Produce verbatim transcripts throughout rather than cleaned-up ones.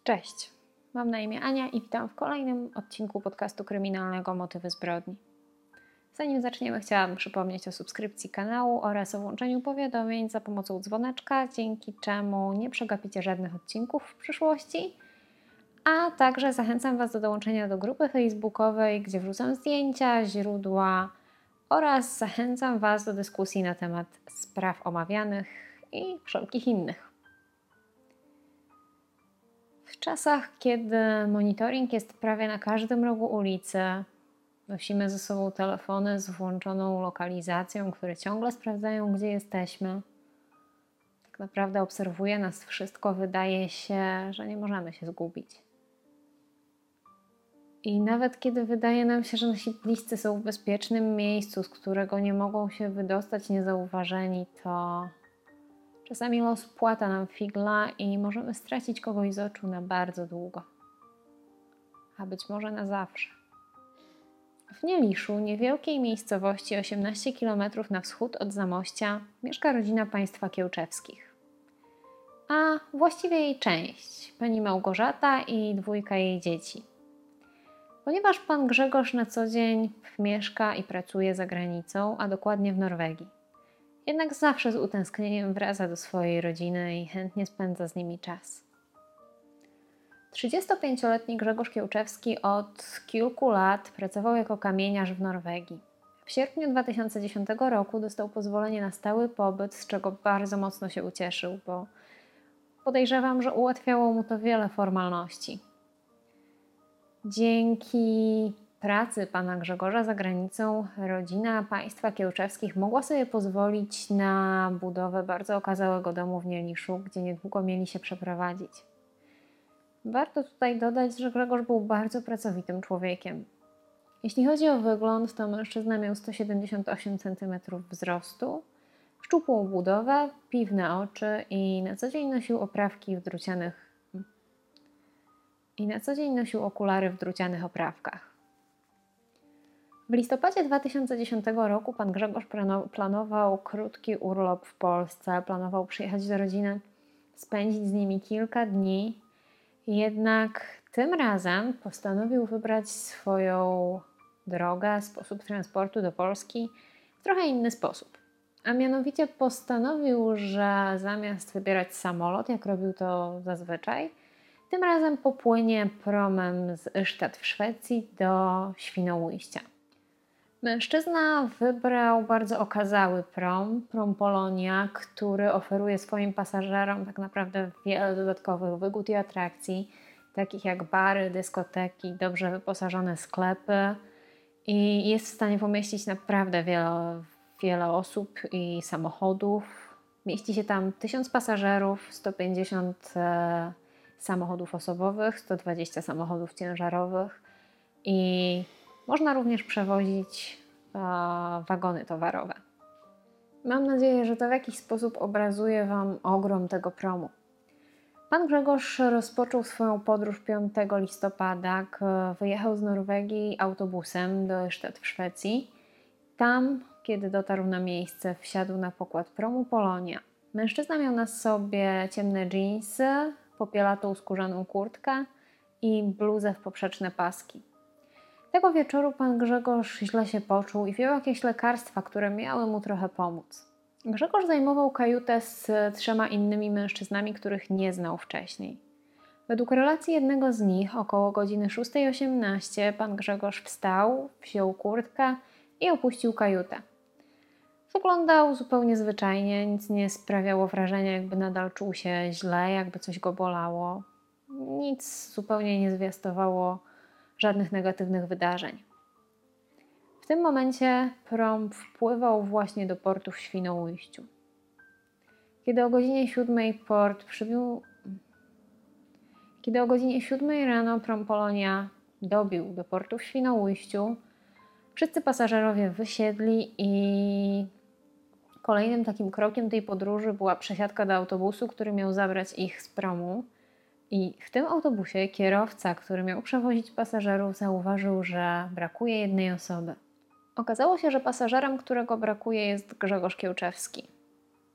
Cześć, mam na imię Ania i witam w kolejnym odcinku podcastu kryminalnego Motywy zbrodni. Zanim zaczniemy, chciałabym przypomnieć o subskrypcji kanału oraz o włączeniu powiadomień za pomocą dzwoneczka, dzięki czemu nie przegapicie żadnych odcinków w przyszłości. A także zachęcam Was do dołączenia do grupy facebookowej, gdzie wrzucam zdjęcia, źródła oraz zachęcam Was do dyskusji na temat spraw omawianych i wszelkich innych. W czasach, kiedy monitoring jest prawie na każdym rogu ulicy, nosimy ze sobą telefony z włączoną lokalizacją, które ciągle sprawdzają, gdzie jesteśmy. Tak naprawdę obserwuje nas wszystko, wydaje się, że nie możemy się zgubić. I nawet kiedy wydaje nam się, że nasi bliscy są w bezpiecznym miejscu, z którego nie mogą się wydostać niezauważeni, to czasami los płata nam figla i możemy stracić kogoś z oczu na bardzo długo. A być może na zawsze. W Nieliszu, niewielkiej miejscowości osiemnaście kilometrów na wschód od Zamościa, mieszka rodzina państwa Kiełczewskich. A właściwie jej część, pani Małgorzata i dwójka jej dzieci. Ponieważ pan Grzegorz na co dzień mieszka i pracuje za granicą, a dokładnie w Norwegii. Jednak zawsze z utęsknieniem wraca do swojej rodziny i chętnie spędza z nimi czas. trzydziestopięcioletni Grzegorz Kiełczewski od kilku lat pracował jako kamieniarz w Norwegii. W sierpniu dwa tysiące dziesiątego roku dostał pozwolenie na stały pobyt, z czego bardzo mocno się ucieszył, bo podejrzewam, że ułatwiało mu to wiele formalności. Dzięki pracy pana Grzegorza za granicą rodzina państwa Kiełczewskich mogła sobie pozwolić na budowę bardzo okazałego domu w Nieliszu, gdzie niedługo mieli się przeprowadzić. Warto tutaj dodać, że Grzegorz był bardzo pracowitym człowiekiem. Jeśli chodzi o wygląd, to mężczyzna miał sto siedemdziesiąt osiem centymetrów wzrostu, szczupłą budowę, piwne oczy i na co dzień nosił oprawki w drucianych i na co dzień nosił okulary w drucianych oprawkach. W listopadzie dwa tysiące dziesiątego roku pan Grzegorz planował krótki urlop w Polsce, planował przyjechać do rodziny, spędzić z nimi kilka dni. Jednak tym razem postanowił wybrać swoją drogę, sposób transportu do Polski w trochę inny sposób. A mianowicie postanowił, że zamiast wybierać samolot, jak robił to zazwyczaj, tym razem popłynie promem z Ystad w Szwecji do Świnoujścia. Mężczyzna wybrał bardzo okazały prom, prom Polonia, który oferuje swoim pasażerom tak naprawdę wiele dodatkowych wygód i atrakcji, takich jak bary, dyskoteki, dobrze wyposażone sklepy i jest w stanie pomieścić naprawdę wiele, wiele osób i samochodów. Mieści się tam tysiąc pasażerów, sto pięćdziesiąt e, samochodów osobowych, sto dwadzieścia samochodów ciężarowych i można również przewozić e, wagony towarowe. Mam nadzieję, że to w jakiś sposób obrazuje Wam ogrom tego promu. Pan Grzegorz rozpoczął swoją podróż piątego listopada, wyjechał z Norwegii autobusem do Ystad w Szwecji. Tam, kiedy dotarł na miejsce, wsiadł na pokład promu Polonia. Mężczyzna miał na sobie ciemne dżinsy, popielatą skórzaną kurtkę i bluzę w poprzeczne paski. Tego wieczoru pan Grzegorz źle się poczuł i wziął jakieś lekarstwa, które miały mu trochę pomóc. Grzegorz zajmował kajutę z trzema innymi mężczyznami, których nie znał wcześniej. Według relacji jednego z nich, około godziny szósta osiemnaście, pan Grzegorz wstał, wziął kurtkę i opuścił kajutę. Wyglądał zupełnie zwyczajnie, nic nie sprawiało wrażenia, jakby nadal czuł się źle, jakby coś go bolało. Nic zupełnie nie zwiastowało żadnych negatywnych wydarzeń. W tym momencie prom wpływał właśnie do portu w Świnoujściu. Kiedy o godzinie siódmej port przybił... Kiedy o godzinie siódmej rano prom Polonia dobił do portu w Świnoujściu, wszyscy pasażerowie wysiedli i kolejnym takim krokiem tej podróży była przesiadka do autobusu, który miał zabrać ich z promu. I w tym autobusie kierowca, który miał przewozić pasażerów, zauważył, że brakuje jednej osoby. Okazało się, że pasażerem, którego brakuje, jest Grzegorz Kiełczewski.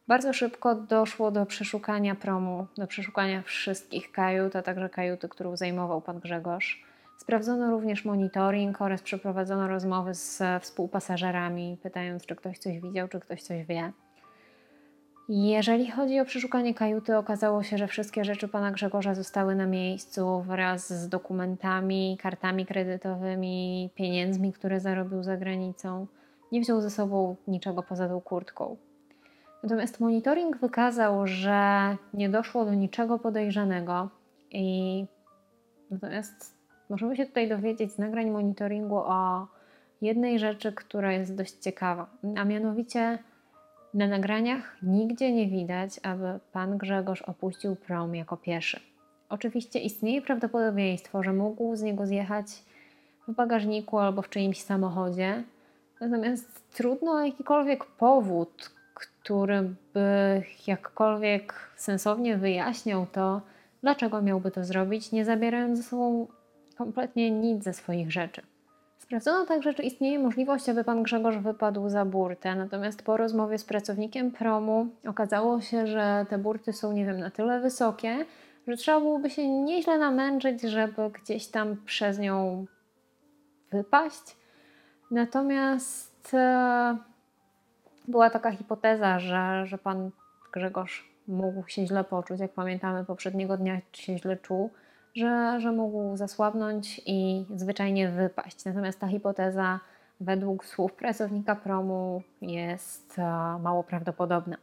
Bardzo szybko doszło do przeszukania promu, do przeszukania wszystkich kajut, a także kajuty, którą zajmował pan Grzegorz. Sprawdzono również monitoring oraz przeprowadzono rozmowy z współpasażerami, pytając, czy ktoś coś widział, czy ktoś coś wie. Jeżeli chodzi o przeszukanie kajuty, okazało się, że wszystkie rzeczy pana Grzegorza zostały na miejscu wraz z dokumentami, kartami kredytowymi, pieniędzmi, które zarobił za granicą. Nie wziął ze sobą niczego poza tą kurtką. Natomiast monitoring wykazał, że nie doszło do niczego podejrzanego i natomiast możemy się tutaj dowiedzieć z nagrań monitoringu o jednej rzeczy, która jest dość ciekawa, a mianowicie na nagraniach nigdzie nie widać, aby pan Grzegorz opuścił prom jako pieszy. Oczywiście istnieje prawdopodobieństwo, że mógł z niego zjechać w bagażniku albo w czyimś samochodzie, natomiast trudno o jakikolwiek powód, który by jakkolwiek sensownie wyjaśniał to, dlaczego miałby to zrobić, nie zabierając ze sobą kompletnie nic ze swoich rzeczy. Sprawdzono także, czy istnieje możliwość, aby pan Grzegorz wypadł za burtę, natomiast po rozmowie z pracownikiem promu okazało się, że te burty są, nie wiem, na tyle wysokie, że trzeba byłoby się nieźle namęczyć, żeby gdzieś tam przez nią wypaść. Natomiast e, była taka hipoteza, że, że pan Grzegorz mógł się źle poczuć, jak pamiętamy, poprzedniego dnia się źle czuł, że, że mógł zasłabnąć i zwyczajnie wypaść. Natomiast ta hipoteza według słów pracownika promu jest mało prawdopodobna.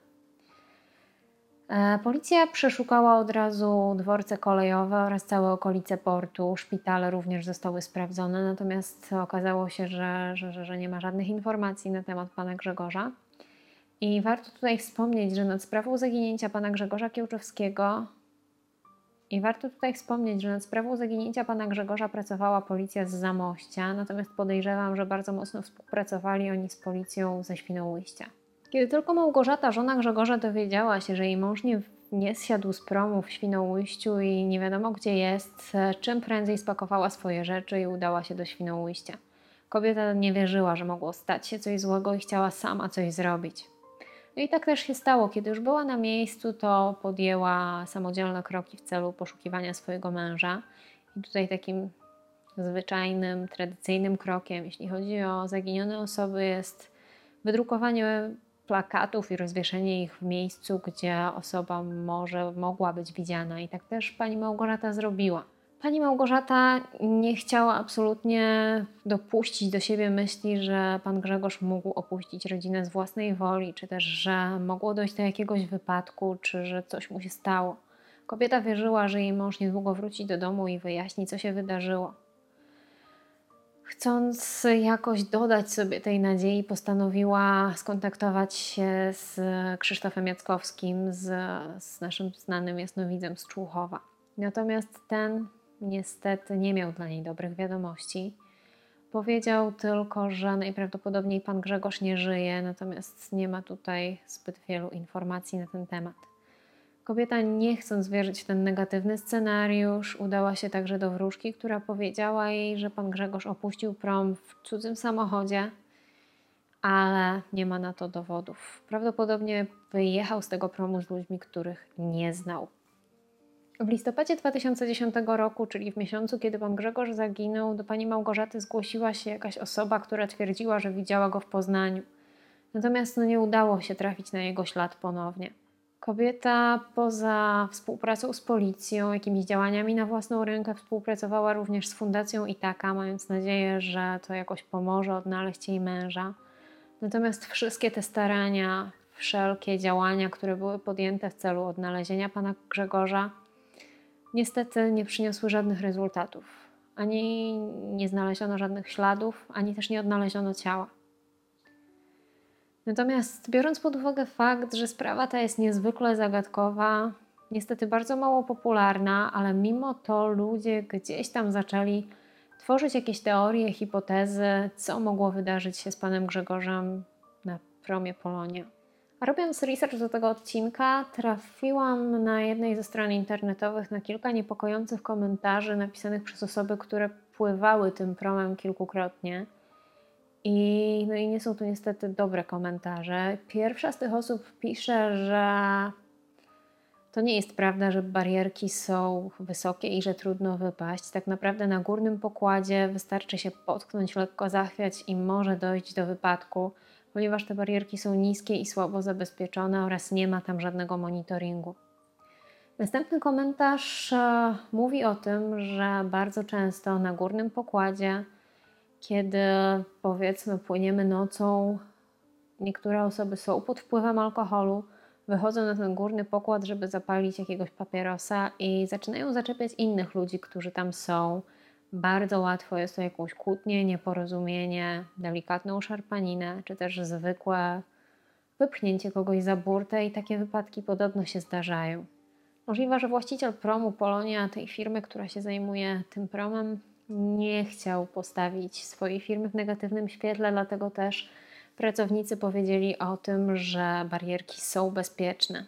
Policja przeszukała od razu dworce kolejowe oraz całe okolice portu. Szpitale również zostały sprawdzone, natomiast okazało się, że, że, że nie ma żadnych informacji na temat pana Grzegorza. I warto tutaj wspomnieć, że nad sprawą zaginięcia pana Grzegorza Kiełczewskiego I warto tutaj wspomnieć, że nad sprawą zaginięcia pana Grzegorza pracowała policja z Zamościa, natomiast podejrzewam, że bardzo mocno współpracowali oni z policją ze Świnoujścia. Kiedy tylko Małgorzata, żona Grzegorza, dowiedziała się, że jej mąż nie, nie zsiadł z promu w Świnoujściu i nie wiadomo gdzie jest, czym prędzej spakowała swoje rzeczy i udała się do Świnoujścia. Kobieta nie wierzyła, że mogło stać się coś złego i chciała sama coś zrobić. No i tak też się stało. Kiedy już była na miejscu, to podjęła samodzielne kroki w celu poszukiwania swojego męża. I tutaj takim zwyczajnym, tradycyjnym krokiem, jeśli chodzi o zaginione osoby, jest wydrukowanie plakatów i rozwieszenie ich w miejscu, gdzie osoba może, mogła być widziana. I tak też pani Małgorzata zrobiła. Pani Małgorzata nie chciała absolutnie dopuścić do siebie myśli, że pan Grzegorz mógł opuścić rodzinę z własnej woli, czy też, że mogło dojść do jakiegoś wypadku, czy że coś mu się stało. Kobieta wierzyła, że jej mąż niedługo wróci do domu i wyjaśni, co się wydarzyło. Chcąc jakoś dodać sobie tej nadziei, postanowiła skontaktować się z Krzysztofem Jackowskim, z, z naszym znanym jasnowidzem z Człuchowa. Natomiast ten niestety nie miał dla niej dobrych wiadomości. Powiedział tylko, że najprawdopodobniej pan Grzegorz nie żyje, natomiast nie ma tutaj zbyt wielu informacji na ten temat. Kobieta, nie chcąc wierzyć w ten negatywny scenariusz, udała się także do wróżki, która powiedziała jej, że pan Grzegorz opuścił prom w cudzym samochodzie, ale nie ma na to dowodów. Prawdopodobnie wyjechał z tego promu z ludźmi, których nie znał. W listopadzie dwa tysiące dziesiątego roku, czyli w miesiącu, kiedy pan Grzegorz zaginął, do pani Małgorzaty zgłosiła się jakaś osoba, która twierdziła, że widziała go w Poznaniu. Natomiast no, nie udało się trafić na jego ślad ponownie. Kobieta poza współpracą z policją, jakimiś działaniami na własną rękę współpracowała również z Fundacją Itaka, mając nadzieję, że to jakoś pomoże odnaleźć jej męża. Natomiast wszystkie te starania, wszelkie działania, które były podjęte w celu odnalezienia pana Grzegorza, niestety nie przyniosły żadnych rezultatów. Ani nie znaleziono żadnych śladów, ani też nie odnaleziono ciała. Natomiast biorąc pod uwagę fakt, że sprawa ta jest niezwykle zagadkowa, niestety bardzo mało popularna, ale mimo to ludzie gdzieś tam zaczęli tworzyć jakieś teorie, hipotezy, co mogło wydarzyć się z panem Grzegorzem na promie Polonia. A robiąc research do tego odcinka, trafiłam na jednej ze stron internetowych na kilka niepokojących komentarzy napisanych przez osoby, które pływały tym promem kilkukrotnie. I, no i nie są to niestety dobre komentarze. Pierwsza z tych osób pisze, że to nie jest prawda, że barierki są wysokie i że trudno wypaść. Tak naprawdę na górnym pokładzie wystarczy się potknąć, lekko zachwiać i może dojść do wypadku, ponieważ te barierki są niskie i słabo zabezpieczone oraz nie ma tam żadnego monitoringu. Następny komentarz e, mówi o tym, że bardzo często na górnym pokładzie, kiedy powiedzmy płyniemy nocą, niektóre osoby są pod wpływem alkoholu, wychodzą na ten górny pokład, żeby zapalić jakiegoś papierosa i zaczynają zaczepiać innych ludzi, którzy tam są. Bardzo łatwo jest to jakąś kłótnię, nieporozumienie, delikatną szarpaninę, czy też zwykłe wypchnięcie kogoś za burtę i takie wypadki podobno się zdarzają. Możliwe, że właściciel promu Polonia, tej firmy, która się zajmuje tym promem, nie chciał postawić swojej firmy w negatywnym świetle, dlatego też pracownicy powiedzieli o tym, że barierki są bezpieczne.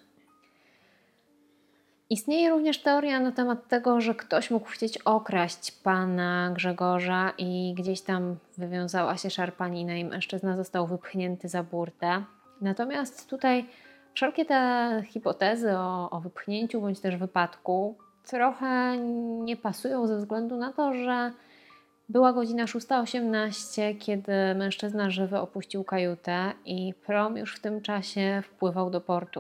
Istnieje również teoria na temat tego, że ktoś mógł chcieć okraść pana Grzegorza i gdzieś tam wywiązała się szarpanina i mężczyzna został wypchnięty za burtę. Natomiast tutaj wszelkie te hipotezy o, o wypchnięciu bądź też wypadku trochę nie pasują ze względu na to, że była godzina szósta osiemnaście, kiedy mężczyzna żywy opuścił kajutę i prom już w tym czasie wpływał do portu.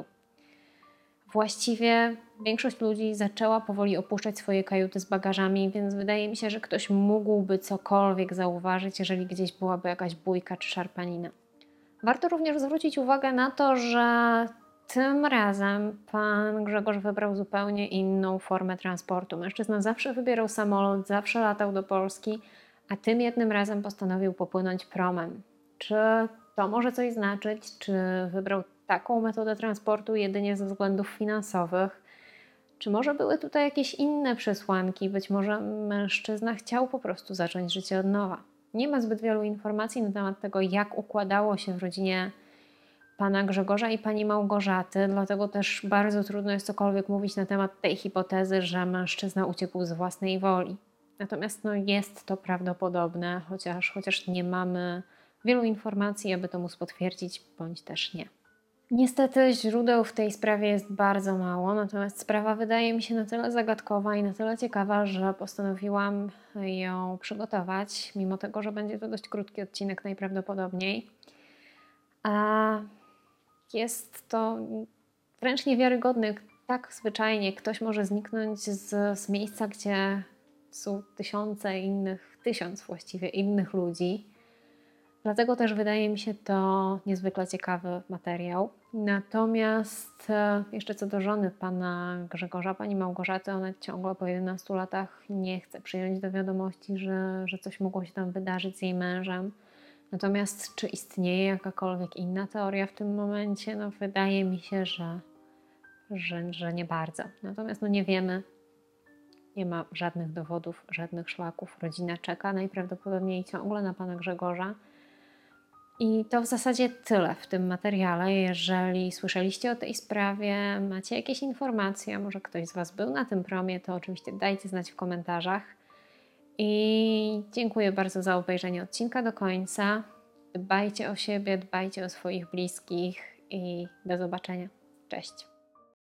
Właściwie większość ludzi zaczęła powoli opuszczać swoje kajuty z bagażami, więc wydaje mi się, że ktoś mógłby cokolwiek zauważyć, jeżeli gdzieś byłaby jakaś bójka czy szarpanina. Warto również zwrócić uwagę na to, że tym razem pan Grzegorz wybrał zupełnie inną formę transportu. Mężczyzna zawsze wybierał samolot, zawsze latał do Polski, a tym jednym razem postanowił popłynąć promem. Czy to może coś znaczyć? Czy wybrał taką metodę transportu jedynie ze względów finansowych? Czy może były tutaj jakieś inne przesłanki? Być może mężczyzna chciał po prostu zacząć życie od nowa. Nie ma zbyt wielu informacji na temat tego, jak układało się w rodzinie pana Grzegorza i pani Małgorzaty, dlatego też bardzo trudno jest cokolwiek mówić na temat tej hipotezy, że mężczyzna uciekł z własnej woli. Natomiast no, jest to prawdopodobne, chociaż, chociaż nie mamy wielu informacji, aby to móc potwierdzić, bądź też nie. Niestety źródeł w tej sprawie jest bardzo mało, natomiast sprawa wydaje mi się na tyle zagadkowa i na tyle ciekawa, że postanowiłam ją przygotować, mimo tego, że będzie to dość krótki odcinek najprawdopodobniej. A jest to wręcz niewiarygodne, tak zwyczajnie ktoś może zniknąć z, z miejsca, gdzie są tysiące innych, tysiąc właściwie innych ludzi. Dlatego też wydaje mi się to niezwykle ciekawy materiał. Natomiast jeszcze co do żony pana Grzegorza, pani Małgorzaty, ona ciągle po jedenastu latach nie chce przyjąć do wiadomości, że, że coś mogło się tam wydarzyć z jej mężem. Natomiast czy istnieje jakakolwiek inna teoria w tym momencie? No wydaje mi się, że, że, że nie bardzo. Natomiast no nie wiemy, nie ma żadnych dowodów, żadnych szlaków. Rodzina czeka najprawdopodobniej ciągle na pana Grzegorza. I to w zasadzie tyle w tym materiale. Jeżeli słyszeliście o tej sprawie, macie jakieś informacje, może ktoś z was był na tym promie, to oczywiście dajcie znać w komentarzach. I dziękuję bardzo za obejrzenie odcinka do końca. Dbajcie o siebie, dbajcie o swoich bliskich i do zobaczenia. Cześć!